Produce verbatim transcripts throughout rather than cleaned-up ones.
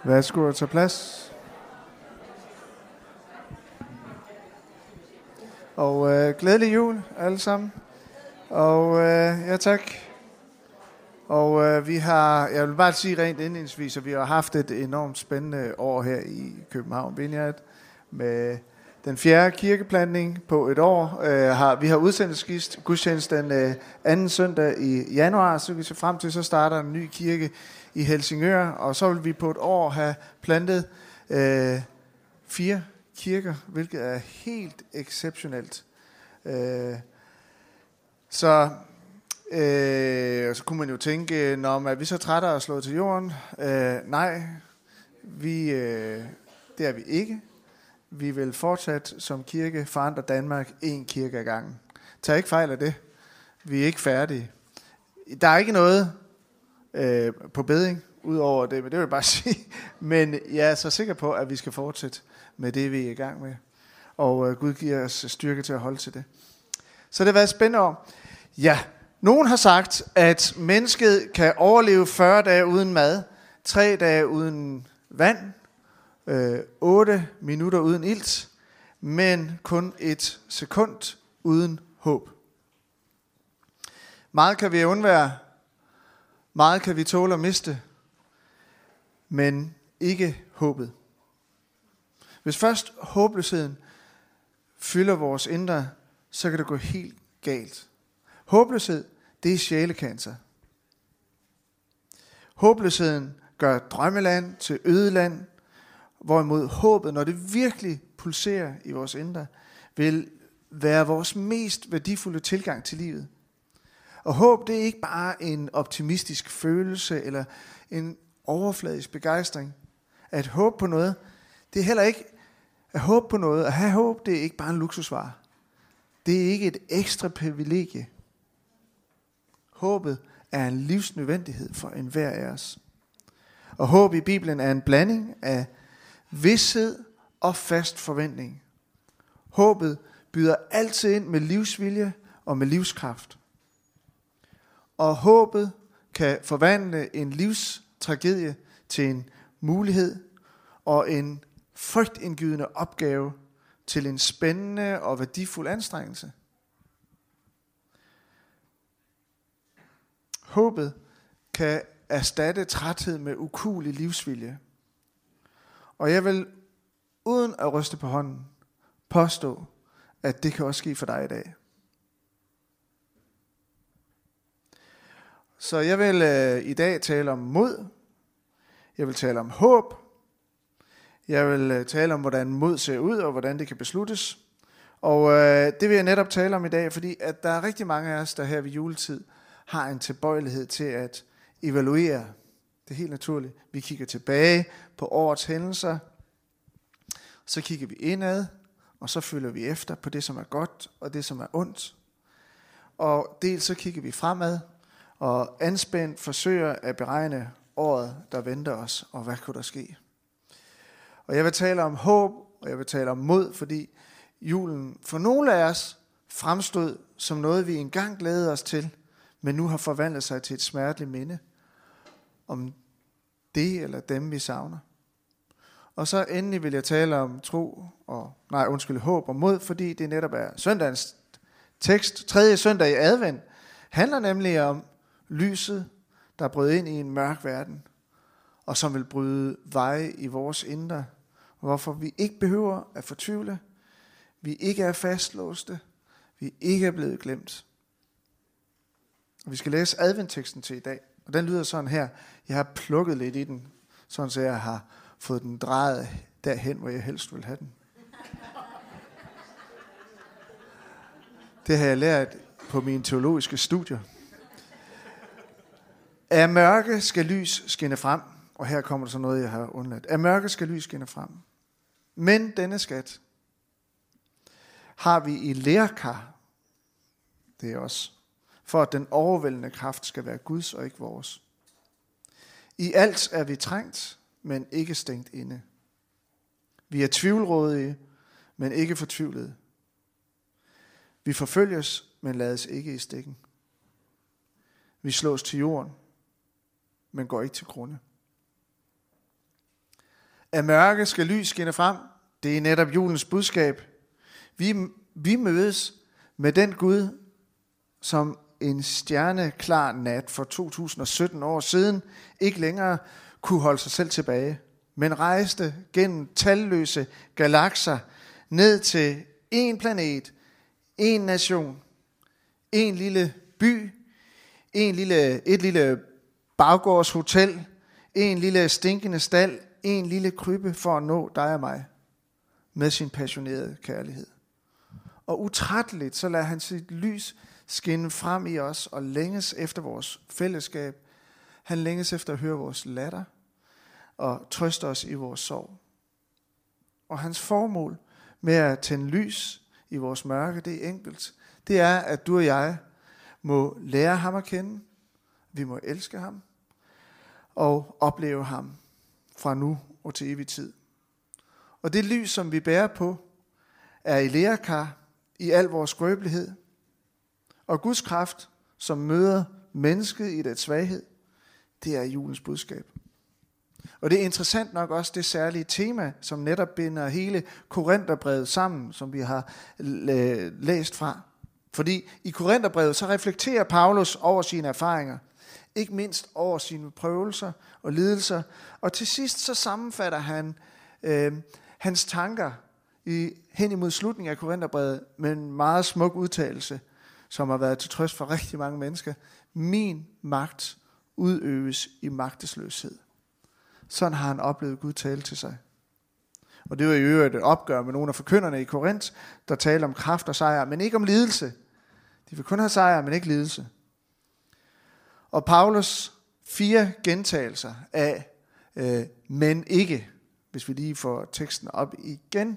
Værsgo at tage plads. Og øh, glædelig jul alle sammen. Og øh, ja tak. Og øh, vi har, jeg vil bare sige rent indledningsvis, at vi har haft et enormt spændende år her i København Vineyard med den fjerde kirkeplantning på et år. Øh, har, vi har udsendt gudstjeneste den øh, anden søndag i januar, så vi ser frem til, så starter en ny kirke i Helsingør, og så vil vi på et år have plantet øh, fire kirker, hvilket er helt exceptionelt. Øh, så, øh, så kunne man jo tænke, når er vi så trætte og slået til jorden? Øh, nej, vi, øh, det er vi ikke. Vi vil fortsat som kirke forandre Danmark en kirke ad gangen. Tag ikke fejl af det. Vi er ikke færdige. Der er ikke noget øh, på beding ud over det, men det vil jeg bare sige. Men jeg er så sikker på, at vi skal fortsætte med det, vi er i gang med. Og øh, Gud giver os styrke til at holde til det. Så det har været spændende år. Ja, nogen har sagt, at mennesket kan overleve fyrre dage uden mad, tre dage uden vand, øh, otte minutter uden ilt, men kun et sekund uden håb. Meget kan vi undvære, meget kan vi tåle at miste, men ikke håbet. Hvis først håbløsheden fylder vores indre, så kan det gå helt galt. Håbløshed, det er sjælecancer. Håbløsheden gør drømmeland til ødeland, hvorimod håbet, når det virkelig pulserer i vores indre, vil være vores mest værdifulde tilgang til livet. Og håb, det er ikke bare en optimistisk følelse eller en overfladisk begejstring. At håbe på noget, det er heller ikke at håbe på noget. At have håb, det er ikke bare en luksusvare. Det er ikke et ekstra privilegie. Håbet er en livsnødvendighed for enhver af os. Og håb i Bibelen er en blanding af vished og fast forventning. Håbet byder altid ind med livsvilje og med livskraft. Og håbet kan forvandle en livstragedie til en mulighed og en frygtindgydende opgave til en spændende og værdifuld anstrengelse. Håbet kan erstatte træthed med ukuelig livsvilje. Og jeg vil, uden at ryste på hånden, påstå, at det kan også ske for dig i dag. Så jeg vil øh, i dag tale om mod. Jeg vil tale om håb. Jeg vil øh, tale om, hvordan mod ser ud, og hvordan det kan besluttes. Og øh, det vil jeg netop tale om i dag, fordi at der er rigtig mange af os, der her ved juletid har en tilbøjelighed til at evaluere. Det er helt naturligt. Vi kigger tilbage på årets hændelser. Så kigger vi indad, og så følger vi efter på det, som er godt, og det, som er ondt. Og dels så kigger vi fremad, og anspændt forsøger at beregne året, der venter os, og hvad kunne der ske. Og jeg vil tale om håb, og jeg vil tale om mod, fordi julen for nogle af os fremstod som noget, vi engang glædede os til, men nu har forvandlet sig til et smerteligt minde om det eller dem, vi savner. Og så endelig vil jeg tale om tro og, nej, undskyld, håb og mod, fordi det netop er søndagens tekst. Tredje søndag i advent handler nemlig om lyset, der brød ind i en mørk verden, og som vil bryde veje i vores indre, hvorfor vi ikke behøver at fortvivle, vi ikke er fastlåste, vi ikke er blevet glemt. Og vi skal læse adventteksten til i dag, og den lyder sådan her. Jeg har plukket lidt i den, sådan så jeg har fået den drejet derhen, hvor jeg helst vil have den. Det har jeg lært på mine teologiske studier. Af mørke skal lys skinne frem, og her kommer der så noget, jeg har undladt. Af mørke skal lys skinne frem. Men denne skat har vi i lerkar, det er os, for at den overvældende kraft skal være Guds og ikke vores. I alt er vi trængt, men ikke stængt inde. Vi er tvivlrådige, men ikke fortvivlede. Vi forfølges, men lades ikke i stikken. Vi slås til jorden, men går ikke til grunde. Af mørke skal lys skinne frem. Det er netop julens budskab. Vi, vi mødes med den Gud, som en stjerneklar nat for to tusind og sytten år siden ikke længere kunne holde sig selv tilbage, men rejste gennem talløse galakser ned til en planet, en nation, en lille by, en lille, et lille baggårdshotel, en lille stinkende stald, en lille krybbe for at nå dig og mig med sin passionerede kærlighed. Og utrætteligt så lader han sit lys skinne frem i os og længes efter vores fællesskab. Han længes efter at høre vores latter og trøste os i vores sorg. Og hans formål med at tænde lys i vores mørke, det er enkelt. Det er, at du og jeg må lære ham at kende. Vi må elske ham og opleve ham fra nu og til evig tid. Og det lys, som vi bærer på, er i lerkar i al vores skrøbelighed. Og Guds kraft, som møder mennesket i dets svaghed, det er julens budskab. Og det er interessant nok også det særlige tema, som netop binder hele Korintherbrevet sammen, som vi har læst fra. Fordi i Korintherbrevet så reflekterer Paulus over sine erfaringer, ikke mindst over sine prøvelser og lidelser, og til sidst så sammenfatter han øh, hans tanker i, hen imod slutningen af Korintherbrevet med en meget smuk udtalelse, som har været til trøst for rigtig mange mennesker. Min magt udøves i magtesløshed. Sådan har han oplevet Gud tale til sig. Og det var i øvrigt et opgør med nogle af forkynderne i Korinth, der talte om kraft og sejr, men ikke om lidelse. De vil kun have sejr, men ikke lidelse. Og Paulus fire gentagelser af øh, men ikke, hvis vi lige får teksten op igen.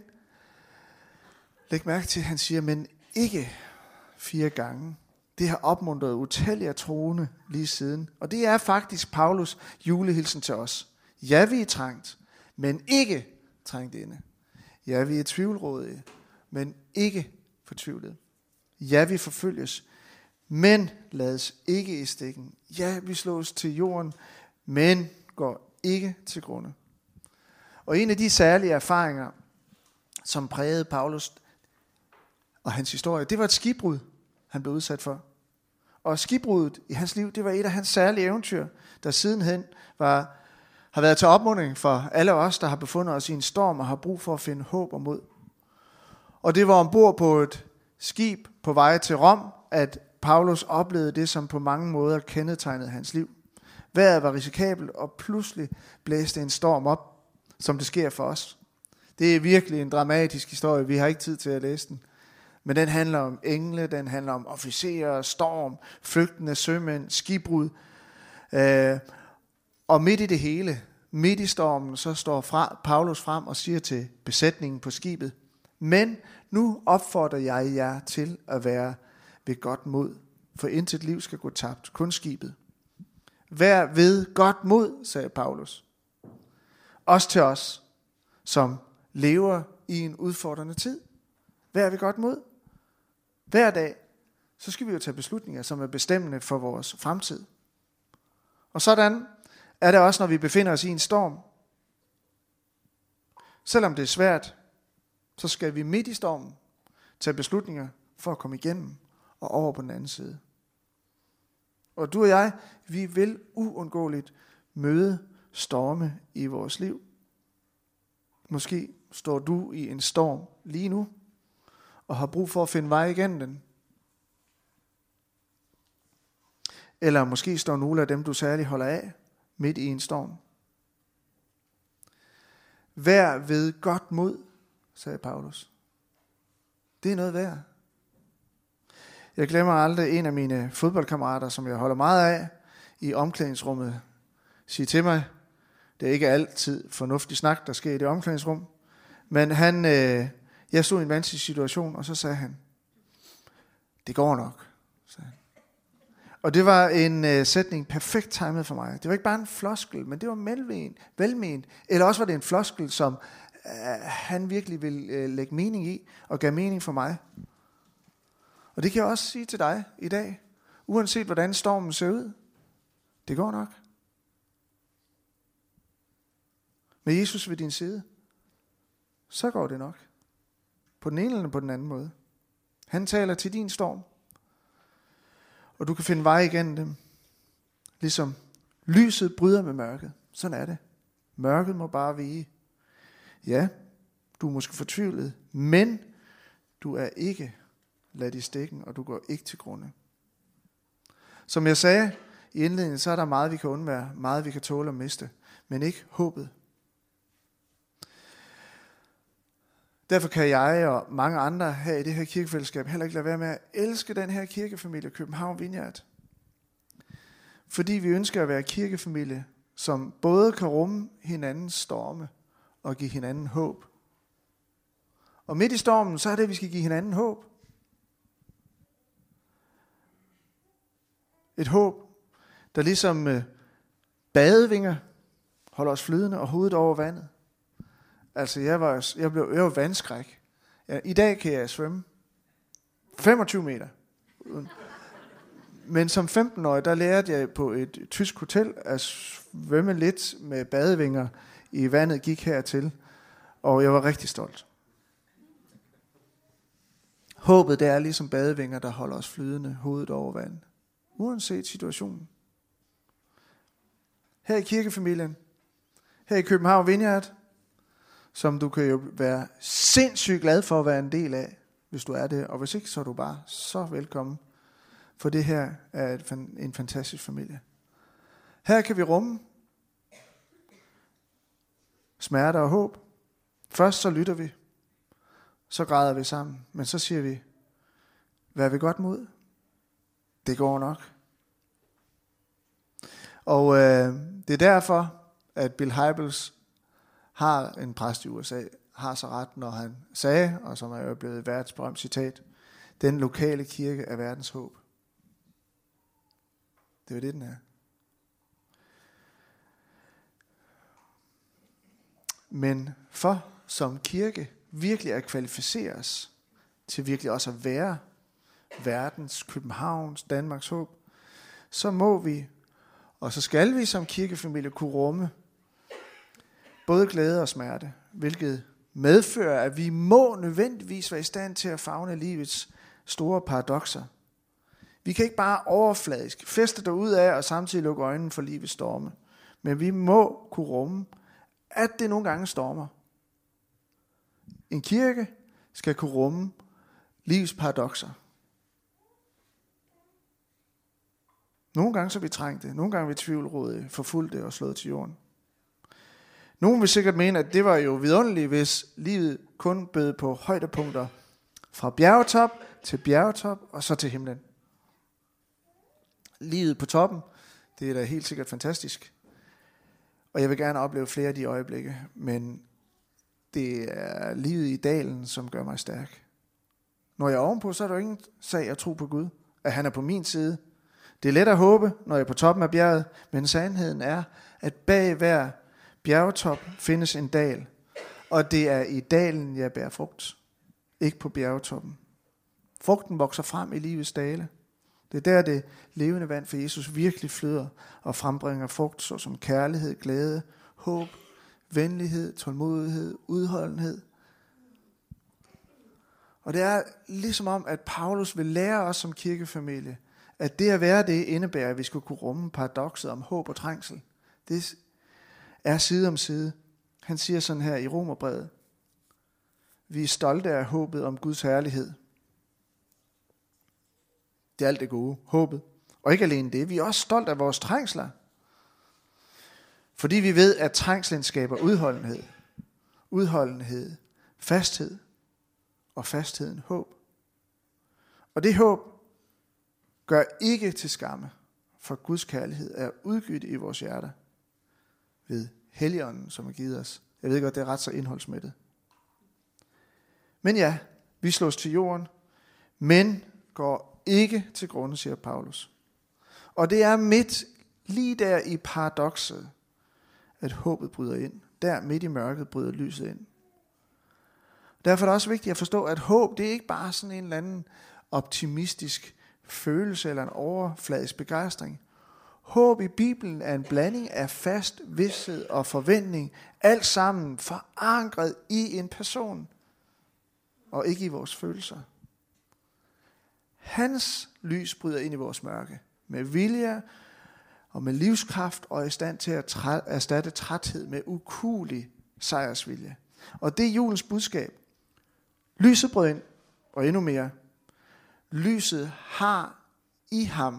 Læg mærke til, at han siger men ikke fire gange. Det har opmuntret utallige troende lige siden. Og det er faktisk Paulus julehilsen til os. Ja, vi er trængt, men ikke trængt inde. Ja, vi er tvivlrådige, men ikke fortvivlede. Ja, vi forfølges, men lades ikke i stikken. Ja, vi slås til jorden, men går ikke til grunde. Og en af de særlige erfaringer, som prægede Paulus og hans historie, det var et skibbrud, han blev udsat for. Og skibbruddet i hans liv, det var et af hans særlige eventyr, der sidenhen var, har været til opmuntring for alle os, der har befundet os i en storm og har brug for at finde håb og mod. Og det var ombord på et skib på vej til Rom, at Paulus oplevede det, som på mange måder kendetegnede hans liv. Vejret var risikabelt, og pludselig blæste en storm op, som det sker for os. Det er virkelig en dramatisk historie, vi har ikke tid til at læse den. Men den handler om engle, den handler om officerer, storm, flygtende sømænd, skibbrud. Øh, og midt i det hele, midt i stormen, så står fra, Paulus frem og siger til besætningen på skibet, men nu opfordrer jeg jer til at være ved godt mod, for intet liv skal gå tabt, kun skibet. Vær ved godt mod, sagde Paulus. Også til os, som lever i en udfordrende tid. Vær ved godt mod. Hver dag, så skal vi jo tage beslutninger, som er bestemmende for vores fremtid. Og sådan er det også, når vi befinder os i en storm. Selvom det er svært, så skal vi midt i stormen tage beslutninger for at komme igennem og over på den anden side. Og du og jeg, vi vil uundgåeligt møde storme i vores liv. Måske står du i en storm lige nu, og har brug for at finde vej igennem den. Eller måske står nogle af dem, du særligt holder af, midt i en storm. Vær ved godt mod, sagde Paulus. Det er noget værd. Jeg glemmer aldrig en af mine fodboldkammerater, som jeg holder meget af, i omklædningsrummet, sige til mig, det er ikke altid fornuftig snak, der sker i det omklædningsrum, men han, øh, jeg stod i en vanskelig situation, og så sagde han, det går nok, sagde han. Og det var en øh, sætning perfekt timet for mig. Det var ikke bare en floskel, men det var velment, velment. Eller også var det en floskel, som øh, han virkelig ville øh, lægge mening i, og gav mening for mig. Og det kan jeg også sige til dig i dag, uanset hvordan stormen ser ud. Det går nok. med Jesus ved din side, så går det nok. På den ene eller på den anden måde. Han taler til din storm. Og du kan finde vej igennem dem. Ligesom lyset bryder med mørket. Sådan er det. Mørket må bare vige. Ja, du er måske fortvivlet, men du er ikke ladt i stikken, og du går ikke til grunde. Som jeg sagde i indledningen, så er der meget, vi kan undvære, meget, vi kan tåle at miste, men ikke håbet. Derfor kan jeg og mange andre her i det her kirkefællesskab heller ikke lade være med at elske den her kirkefamilie København Vineyard. Fordi vi ønsker at være kirkefamilie, som både kan rumme hinandens storme og give hinanden håb. Og midt i stormen, så er det, at vi skal give hinanden håb. Et håb, der ligesom øh, badevinger holder os flydende og hovedet over vandet. Altså, jeg var, jeg blev, jeg var vandskræk. Ja, i dag kan jeg svømme femogtyve meter. Men som femten-årig, der lærte jeg på et tysk hotel at svømme lidt med badevinger i vandet, gik hertil. Og jeg var rigtig stolt. Håbet, det er ligesom badevinger, der holder os flydende hovedet over vandet. Uanset situationen. Her i kirkefamilien, her i København Vineyard, som du kan jo være sindssygt glad for at være en del af, hvis du er det. Og hvis ikke, så er du bare så velkommen. For det her er et, en fantastisk familie. Her kan vi rumme smerte og håb. Først så lytter vi. Så græder vi sammen. Men så siger vi, vær ved godt mod. Det går nok. Og øh, det er derfor, at Bill Hybels har en præst i U S A, har så ret, når han sagde, og som er jo blevet et verdensberømt citat, den lokale kirke er verdens håb. Det er jo det, den er. Men for som kirke virkelig at kvalificere os til virkelig også at være verdens, Københavns, Danmarks håb, så må vi, og så skal vi som kirkefamilie kunne rumme både glæde og smerte, hvilket medfører, at vi må nødvendigvis være i stand til at favne livets store paradokser. Vi kan ikke bare overfladisk feste derud af og samtidig lukke øjnene for livets storme, men vi må kunne rumme, at det nogle gange stormer. En kirke skal kunne rumme livets paradokser. Nogle gange så er vi trængte, nogle gange er vi tvivlrådige, forfulgte og slået til jorden. Nogle vil sikkert mene, at det var jo vidunderligt, hvis livet kun bød på højdepunkter fra bjergetop til bjergetop og så til himlen. Livet på toppen, det er da helt sikkert fantastisk. Og jeg vil gerne opleve flere af de øjeblikke, men det er livet i dalen, som gør mig stærk. Når jeg er ovenpå, så er der jo ingen sag at tro på Gud, at han er på min side. Det er let at håbe, når jeg er på toppen af bjerget, men sandheden er, at bag hver bjergetop findes en dal, og det er i dalen, jeg bærer frugt, ikke på bjergetoppen. Frugten vokser frem i livets dale. Det er der, det levende vand for Jesus virkelig flyder og frembringer frugt, såsom kærlighed, glæde, håb, venlighed, tålmodighed, udholdenhed. Og det er ligesom om, at Paulus vil lære os som kirkefamilie, at det at være det indebærer, at vi skal kunne rumme paradokset om håb og trængsel. Det er side om side. Han siger sådan her i Romerbrevet: vi er stolte af håbet om Guds herlighed. Det er alt det gode, håbet. Og ikke alene det, vi er også stolte af vores trængsler. Fordi vi ved, at trængslen skaber udholdenhed. Udholdenhed, fasthed. Og fastheden, håb. Og det håb gør ikke til skamme, for Guds kærlighed er udgydt i vores hjerter ved Helligånden, som er givet os. Jeg ved godt, det er ret så indholdsmættet. Men ja, vi slås til jorden, men går ikke til grunde, siger Paulus. Og det er midt, lige der i paradokset, at håbet bryder ind. Der midt i mørket bryder lyset ind. Derfor er det også vigtigt at forstå, at håb, det er ikke bare sådan en eller anden optimistisk følelse eller en overfladisk begejstring. Håb i Bibelen er en blanding af fast vished og forventning, alt sammen forankret i en person, og ikke i vores følelser. Hans lys bryder ind i vores mørke, med vilje og med livskraft, og er i stand til at træ- erstatte træthed med ukuelig sejrsvilje. Og det er julens budskab. Lyset brød ind, og endnu mere. Lyset har i ham,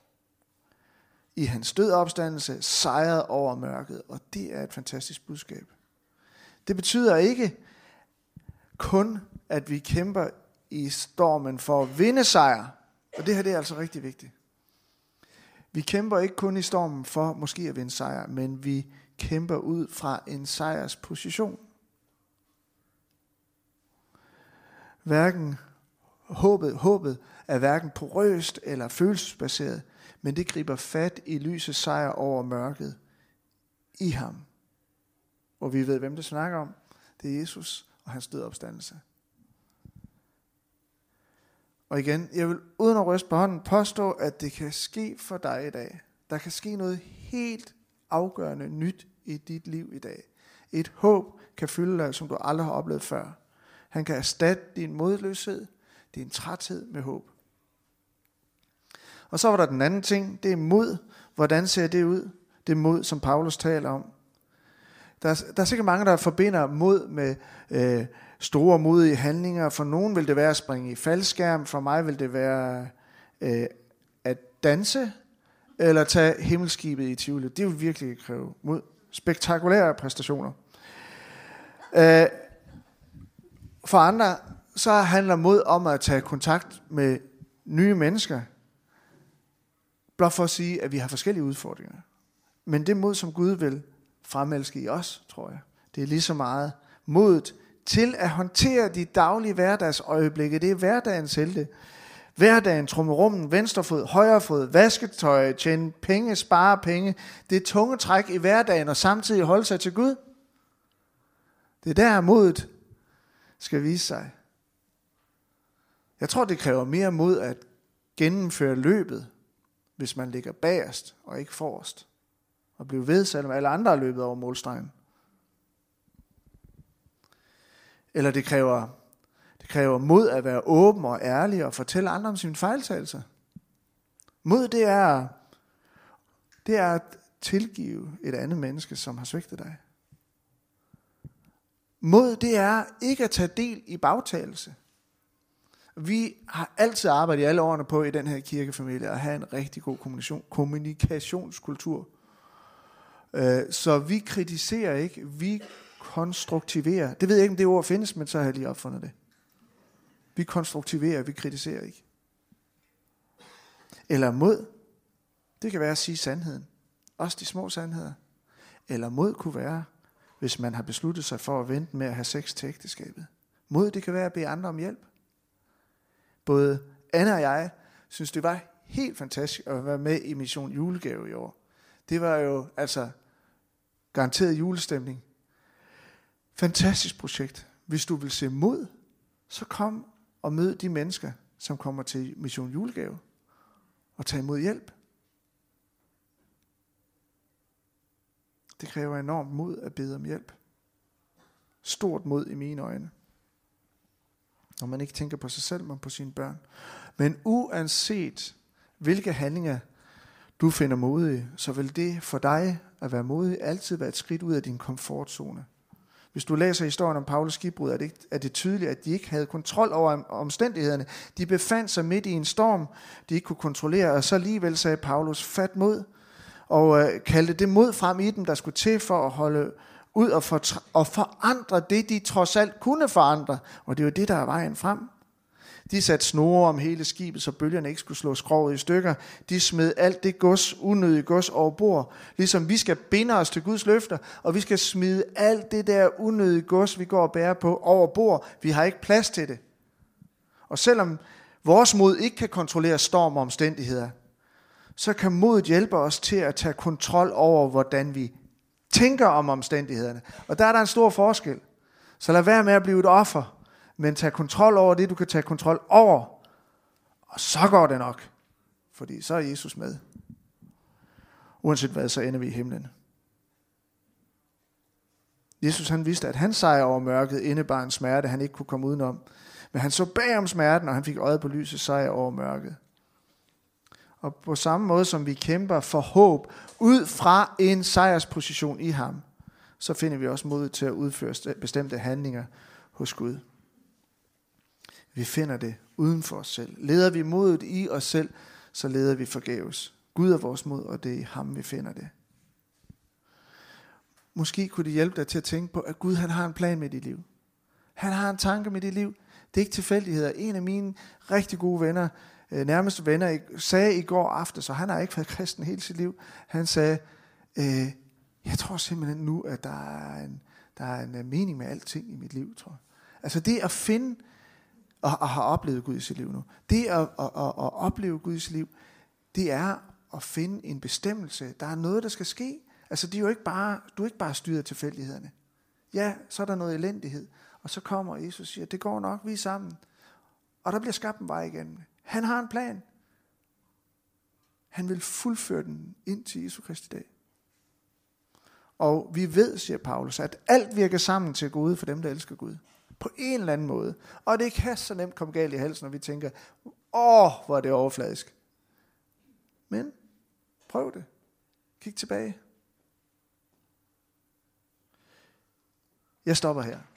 i hans død og opstandelse, sejret over mørket, og det er et fantastisk budskab. Det betyder ikke kun, at vi kæmper i stormen for at vinde sejr, og det her det er altså rigtig vigtigt. Vi kæmper ikke kun i stormen for måske at vinde sejr, men vi kæmper ud fra en sejrsposition. Hverken håbet, håbet er hverken porøst eller følelsesbaseret, men det griber fat i lysets sejr over mørket i ham. Og vi ved, hvem det snakker om. Det er Jesus og hans død og opstandelse. Og igen, jeg vil uden at ryste på hånden påstå, at det kan ske for dig i dag. Der kan ske noget helt afgørende nyt i dit liv i dag. Et håb kan fylde dig, som du aldrig har oplevet før. Han kan erstatte din modløshed, din træthed med håb. Og så var der den anden ting, det er mod. Hvordan ser det ud? Det mod, som Paulus taler om. Der er, der er sikkert mange, der forbinder mod med øh, store modige handlinger. For nogen vil det være at springe i faldskærm. For mig vil det være øh, at danse eller tage himmelskibet i Tivoli. Det vil virkelig kræve mod. Spektakulære præstationer. Øh, for andre så handler mod om at tage kontakt med nye mennesker. Blot for at sige, at vi har forskellige udfordringer. Men det mod, som Gud vil fremelske i os, tror jeg, det er lige så meget modet til at håndtere de daglige hverdagsøjeblikke. Det er hverdagens helte. Hverdagen, trummerummen, venstrefod, højrefod, vasketøj, tjene penge, spare penge. Det er tunge træk i hverdagen og samtidig holde sig til Gud. Det er der modet skal vise sig. Jeg tror, det kræver mere mod at gennemføre løbet, hvis man ligger bagerst og ikke forrest, og blive ved, selvom alle andre har løbet over målstregen. Eller det kræver, det kræver mod at være åben og ærlig og fortælle andre om sine fejltagelser. Mod, det er, det er at tilgive et andet menneske, som har svigtet dig. Mod, det er ikke at tage del i bagtagelse. Vi har altid arbejdet i alle årene på i den her kirkefamilie at have en rigtig god kommunikation, kommunikationskultur. Så vi kritiserer ikke, vi konstruktiverer. Det ved jeg ikke, om det ord findes, men så har jeg lige opfundet det. Vi konstruktiverer, vi kritiserer ikke. Eller mod, det kan være at sige sandheden. Også de små sandheder. Eller mod kunne være, hvis man har besluttet sig for at vente med at have sex til ægteskabet. Mod, det kan være at bede andre om hjælp. Både Anna og jeg synes, det var helt fantastisk at være med i Mission Julegave i år. Det var jo altså garanteret julestemning. Fantastisk projekt. Hvis du vil se mod, så kom og mød de mennesker, som kommer til Mission Julegave og tag imod hjælp. Det kræver enormt mod at bede om hjælp. Stort mod i mine øjne. Når man ikke tænker på sig selv, men på sine børn. Men uanset hvilke handlinger du finder modige, så vil det for dig at være modig altid være et skridt ud af din komfortzone. Hvis du læser historien om Paulus skibbrud, er det, er det tydeligt, at de ikke havde kontrol over omstændighederne. De befandt sig midt i en storm, de ikke kunne kontrollere, og så alligevel sagde Paulus, fat mod, og øh, kaldte det mod frem i dem, der skulle til for at holde ud og, for, og forandre det, de trods alt kunne forandre. Og det er jo det, der er vejen frem. De satte snore om hele skibet, så bølgerne ikke skulle slå skroget i stykker. De smed alt det gods, unødige gods over bord. Ligesom vi skal binde os til Guds løfter, og vi skal smide alt det der unødige gods, vi går og bærer på, over bord. Vi har ikke plads til det. Og selvom vores mod ikke kan kontrollere storm og omstændigheder, så kan modet hjælpe os til at tage kontrol over, hvordan vi tænker om omstændighederne. Og der er der en stor forskel. Så lad være med at blive et offer, men tag kontrol over det, du kan tage kontrol over. Og så går det nok. Fordi så er Jesus med. Uanset hvad, så ender vi i himlen. Jesus han vidste, at hans sejr over mørket indebar en smerte, han ikke kunne komme udenom. Men han så bag om smerten, og han fik øjet på lyset sejr over mørket. Og på samme måde som vi kæmper for håb ud fra en sejrsposition i ham, så finder vi også mod til at udføre bestemte handlinger hos Gud. Vi finder det uden for os selv. Leder vi modet i os selv, så leder vi forgæves. Gud er vores mod, og det er i ham, vi finder det. Måske kunne det hjælpe dig til at tænke på, at Gud han har en plan med dit liv. Han har en tanke med dit liv. Det er ikke tilfældigheder. En af mine rigtig gode venner, nærmeste venner, sagde i går aftes, og han har ikke været kristen hele sit liv. Han sagde, øh, jeg tror simpelthen nu, at der er, en, der er en mening med alting i mit liv, tror jeg. Altså det at finde, og, og have oplevet Gud i sit liv nu, det at, at, at, at opleve Gud i sit liv, det er at finde en bestemmelse. Der er noget, der skal ske. Altså det er jo ikke bare, du er ikke bare styret af tilfældighederne. Ja, så er der noget elendighed. Og så kommer Jesus og siger, det går nok, vi er sammen. Og der bliver skabt en vej igennem. Han har en plan. Han vil fuldføre den ind til Jesu Kristi dag. Og vi ved, siger Paulus, at alt virker sammen til Gud for dem, der elsker Gud. På en eller anden måde. Og det kan så nemt komme galt i halsen, når vi tænker, åh, hvor er det overfladisk. Men prøv det. Kig tilbage. Jeg stopper her.